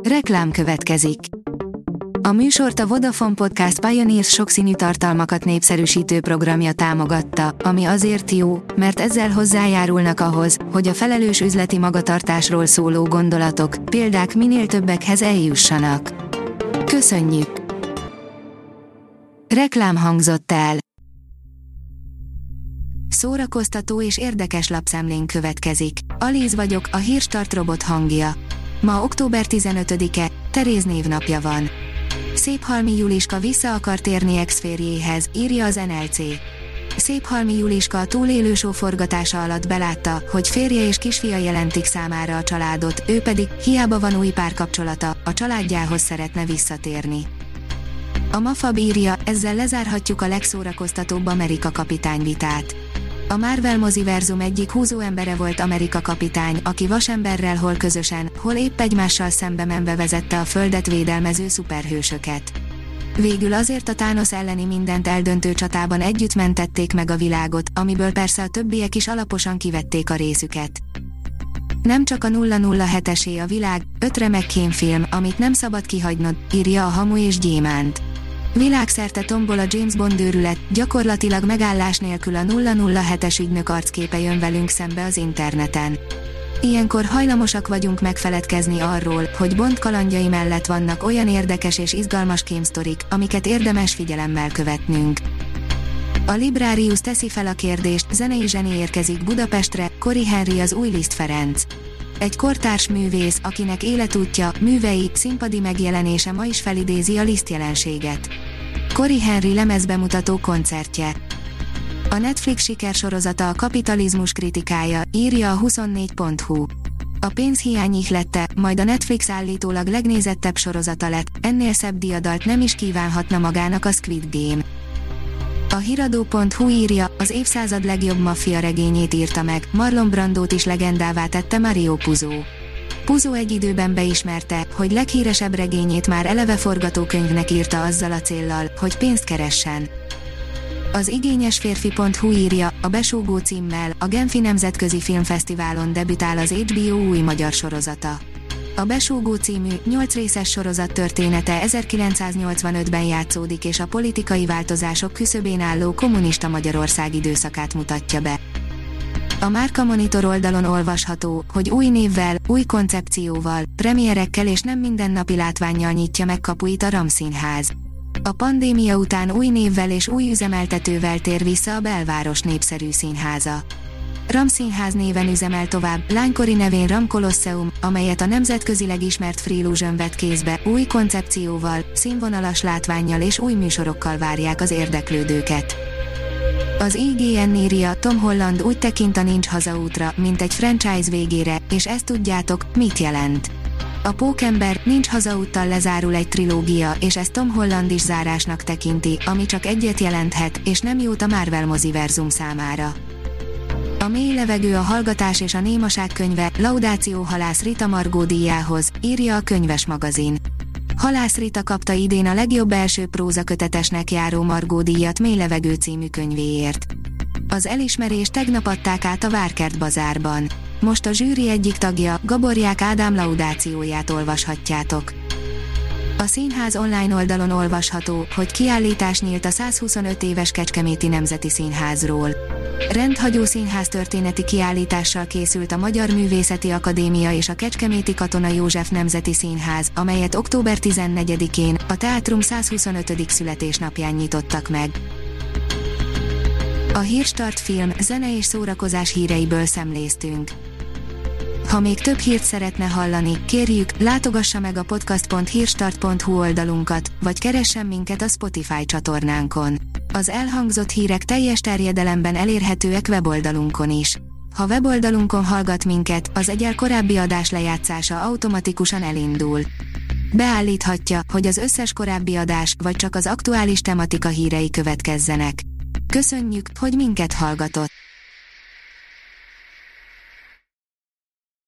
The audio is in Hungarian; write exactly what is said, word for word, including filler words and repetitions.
Reklám következik. A műsort a Vodafone Podcast Pioneers sokszínű tartalmakat népszerűsítő programja támogatta, ami azért jó, mert ezzel hozzájárulnak ahhoz, hogy a felelős üzleti magatartásról szóló gondolatok, példák minél többekhez eljussanak. Köszönjük! Reklám hangzott el. Szórakoztató és érdekes lapszemlén következik. Alíz vagyok, a Hírstart robot hangja. Ma október tizenötödike, Teréz névnapja van. Széphalmi Juliska vissza akar térni ex-férjéhez, írja az en el cé. Széphalmi Juliska a túlélő show forgatása alatt belátta, hogy férje és kisfia jelentik számára a családot, ő pedig, hiába van új párkapcsolata, a családjához szeretne visszatérni. A Mafab írja, ezzel lezárhatjuk a legszórakoztatóbb Amerika kapitány vitát. A Marvel moziverzum egyik húzóembere volt Amerika kapitány, aki vasemberrel hol közösen, hol épp egymással szembe menve vezette a földet védelmező szuperhősöket. Végül azért a Thanos elleni mindent eldöntő csatában együtt mentették meg a világot, amiből persze a többiek is alaposan kivették a részüket. Nem csak a nulla nulla hetesé a világ, öt remek kémfilm, amit nem szabad kihagynod, írja a Hamu és Gyémánt. Világszerte tombol a James Bond őrület, gyakorlatilag megállás nélkül a nulla nulla hetes ügynök arcképe jön velünk szembe az interneten. Ilyenkor hajlamosak vagyunk megfeledkezni arról, hogy Bond kalandjai mellett vannak olyan érdekes és izgalmas kémsztorik, amiket érdemes figyelemmel követnünk. A Librarius teszi fel a kérdést, zenei zseni érkezik Budapestre, Cory Henry az új Liszt Ferenc. Egy kortárs művész, akinek életútja, művei, színpadi megjelenése ma is felidézi a Liszt jelenséget. Cory Henry lemezbemutató koncertje. A Netflix sikersorozata a kapitalizmus kritikája, írja a huszonnégy pont hu. A pénzhiány ihlette, majd a Netflix állítólag legnézettebb sorozata lett, ennél szebb diadalt nem is kívánhatna magának a Squid Game. A hiradó pont hu írja, az évszázad legjobb maffia regényét írta meg, Marlon Brandót is legendává tette Mario Puzo. Puzo egy időben beismerte, hogy leghíresebb regényét már eleve forgatókönyvnek írta azzal a céllal, hogy pénzt keressen. Az igényes férfi pont hu írja, a Besúgó címmel, a Genfi Nemzetközi Filmfesztiválon debütál az há bé o új magyar sorozata. A Besúgó című, nyolc részes sorozat története ezerkilencszáznyolcvanötben játszódik és a politikai változások küszöbén álló kommunista Magyarország időszakát mutatja be. A Márka Monitor oldalon olvasható, hogy új névvel, új koncepcióval, premierekkel és nem mindennapi látvánnyal nyitja meg kapuit a RAM Színház. A pandémia után új névvel és új üzemeltetővel tér vissza a belváros népszerű színháza. RAM Színház néven üzemel tovább, lánykori nevén RAM Colosseum, amelyet a nemzetközileg ismert Freelusion vett kézbe, új koncepcióval, színvonalas látvánnyal és új műsorokkal várják az érdeklődőket. Az i gé en írja, Tom Holland úgy tekint a Nincs hazaútra, mint egy franchise végére, és ezt tudjátok, mit jelent. A Pókember, Nincs hazaúttal lezárul egy trilógia, és ezt Tom Holland is zárásnak tekinti, ami csak egyet jelenthet, és nem jót a Marvel moziverzum számára. A Mély levegő a hallgatás és a némaság könyve, Laudáció Halász Rita Margó díjához, írja a Könyves magazin. Halász Rita kapta idén a legjobb első prózakötetesnek járó Margó díjat Mély levegő című könyvéért. Az elismerést tegnap adták át a Várkert bazárban. Most a zsűri egyik tagja, Gaborják Ádám laudációját olvashatjátok. A Színház online oldalon olvasható, hogy kiállítás nyílt a százhuszonöt éves Kecskeméti Nemzeti Színházról. Rendhagyó színháztörténeti kiállítással készült a Magyar Művészeti Akadémia és a Kecskeméti Katona József Nemzeti Színház, amelyet október tizennegyedikén, a Teátrum százhuszonötödik születésnapján nyitottak meg. A Hírstart film, zene és szórakozás híreiből szemléztünk. Ha még több hírt szeretne hallani, kérjük, látogassa meg a podcast pont hírstart pont hu oldalunkat, vagy keressen minket a Spotify csatornánkon. Az elhangzott hírek teljes terjedelemben elérhetőek weboldalunkon is. Ha weboldalunkon hallgat minket, az egyel korábbi adás lejátszása automatikusan elindul. Beállíthatja, hogy az összes korábbi adás, vagy csak az aktuális tematika hírei következzenek. Köszönjük, hogy minket hallgatott!